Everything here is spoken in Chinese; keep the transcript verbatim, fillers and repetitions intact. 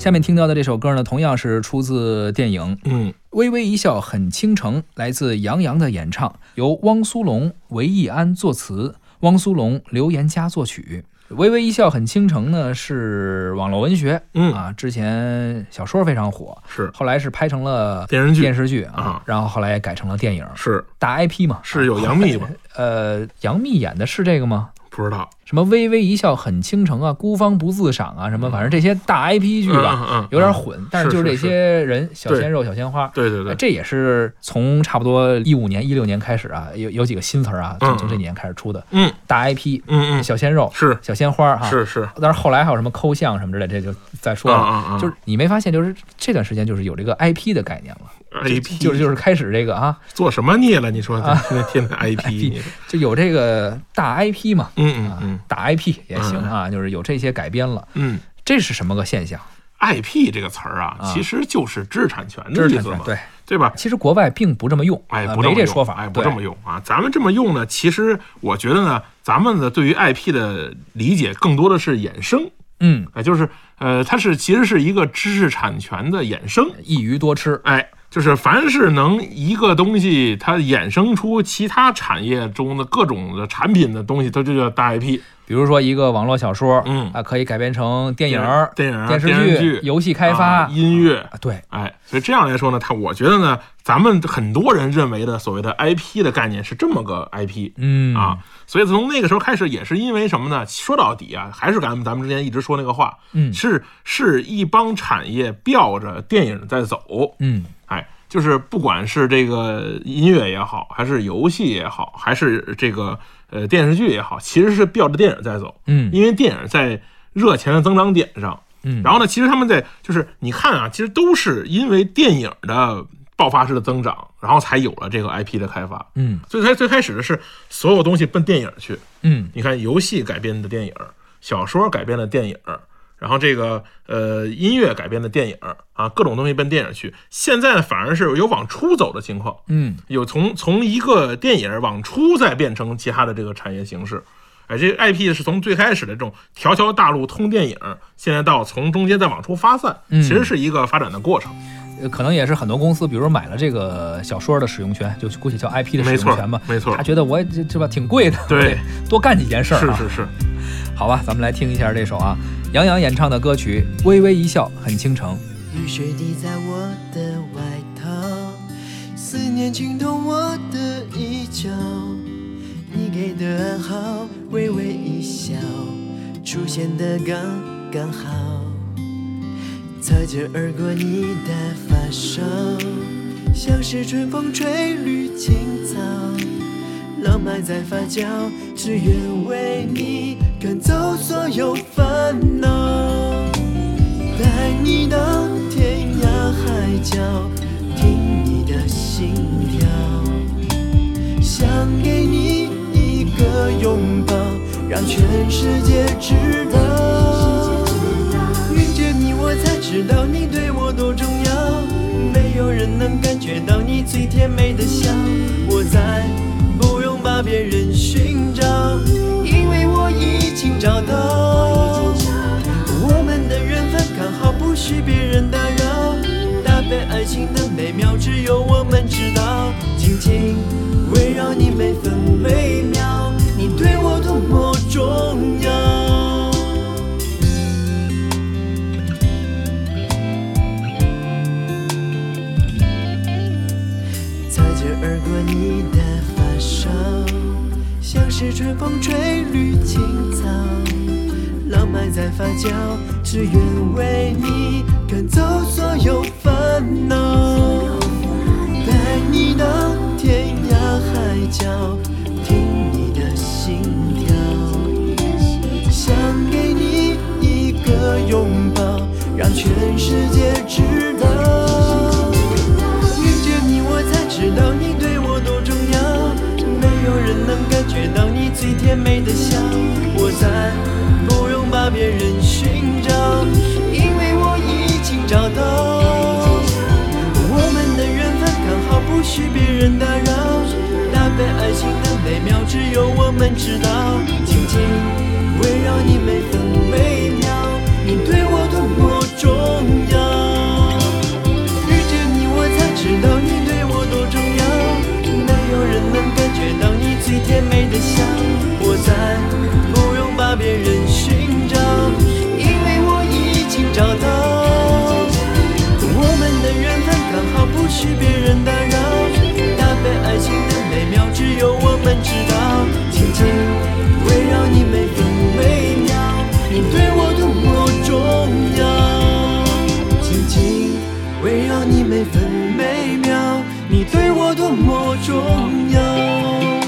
下面听到的这首歌呢，同样是出自电影嗯， 微微一笑很倾城，来自杨洋的演唱，由汪苏泷、韦艺安作词，汪苏泷、刘延佳作曲。微微一笑很倾城呢是网络文学， 嗯啊，之前小说非常火， 是后来是拍成了电视剧电视剧啊， 啊然后后来也改成了电影， 是大 I P 嘛， 是有杨幂吗？ 呃，杨幂演的是这个吗？ 不知道， 什么微微一笑很倾城啊，孤芳不自赏啊，什么反正这些大 I P 剧吧， 嗯嗯嗯、 有点混，但是就是这些人是是小鲜肉、小鲜花， 对对对， 这也是从差不多一五年、一六年开始啊，有有几个新词啊，从从这几年开始出的， 嗯， 大 I P， 嗯嗯， 小鲜肉是小鲜花哈， 是是， 但是后来还有什么抠像什么之类，这就再说了。 嗯嗯嗯、 就是你没发现，就是这段时间就是有这个 I P 的概念了。 I P 就是就是开始这个啊， 做什么孽了？你说天天天天 I P， 就有这个大 I P 嘛， 嗯嗯嗯， 大 I P 也行啊，就是有这些改编了， 嗯， 这是什么个现象 ？I P 这个词儿啊，其实就是知识产权的意思嘛， 对对吧？ 其实国外并不这么用， 哎，不这么没这说法， 哎，不这么用啊。咱们这么用呢，其实我觉得呢，咱们的对于 I P 的理解更多的是衍生， 嗯， 哎，就是呃，它是其实是一个知识产权的衍生， 一鱼多吃， 哎。就是凡是能一个东西它衍生出其他产业中的各种的产品的东西，它就叫大 I P。 比如说一个网络小说， 嗯啊，可以改编成电影、 电影、 电视剧、 游戏开发、 啊、音乐， 啊，对， 哎，所以这样来说呢，它我觉得呢，咱们很多人认为的所谓的 I P 的概念是这么个 I P， 嗯啊，所以从那个时候开始，也是因为什么呢？说到底啊，还是咱们咱们之前一直说那个话， 嗯， 是是一帮产业吊着电影在走， 嗯， 哎。就是不管是这个音乐也好，还是游戏也好，还是这个呃电视剧也好，其实是吊着电影在走， 嗯， 因为电影在热钱的增长点上， 嗯， 然后呢，其实他们在就是你看啊，其实都是因为电影的爆发式的增长，然后才有了这个 I P 的开发， 嗯， 最开最开始的是所有东西奔电影去， 嗯， 你看游戏改编的电影，小说改编的电影。然后这个呃音乐改编的电影啊，各种东西奔电影去。现在呢，反而是有往出走的情况， 嗯， 有从从一个电影往出再变成其他的这个产业形式。哎，这个 I P 是从最开始的这种条条大路通电影，现在到从中间再往出发散，其实是一个发展的过程。 呃，可能也是很多公司，比如买了这个小说的使用权，就估计叫 I P 的使用权吧， 没错， 他觉得我这这吧挺贵的， 对， 多干几件事儿、啊， 是是是。 好吧，咱们来听一下这首啊，杨洋演唱的歌曲《微微一笑很倾城》。 雨水滴在我的外套，思念浸透我的衣角，你给的暗号，微微一笑，出现的刚刚好，擦肩而过你的发梢，像是春风吹绿青草，浪漫在发酵，只愿为你赶走所有烦恼，带你到天涯海角，听你的心跳，想给你一个拥抱，让全世界知道，遇见你我才知道你对我多重要，没有人能感觉到你最甜美的笑，我再不用把别人寻找，因为我已经找到，我们的缘分刚好不许别人打扰，搭配爱情的美妙只有我们知道，紧紧围绕你每分每秒，你对我多么重要。擦肩而过你的发梢，像是春风吹绿青草，浪漫在发酵，只愿为你赶走所有烦恼，带你到天涯海角，听你的心跳，想给你一个拥抱，让全世界知道，遇见你我才知道你对我多重要，没有人能感觉到你最甜美的笑，我再不用把别人寻找，因为我已经找到，我们的缘分刚好不许别人打扰，搭配爱情的美妙只有我们知道，紧紧围绕你每分每秒，你对我多么重要。 许别人打扰，搭配爱情的美妙，只有我们知道。紧紧围绕你每分每秒，你对我多么重要。紧紧围绕你每分每秒，你对我多么重要。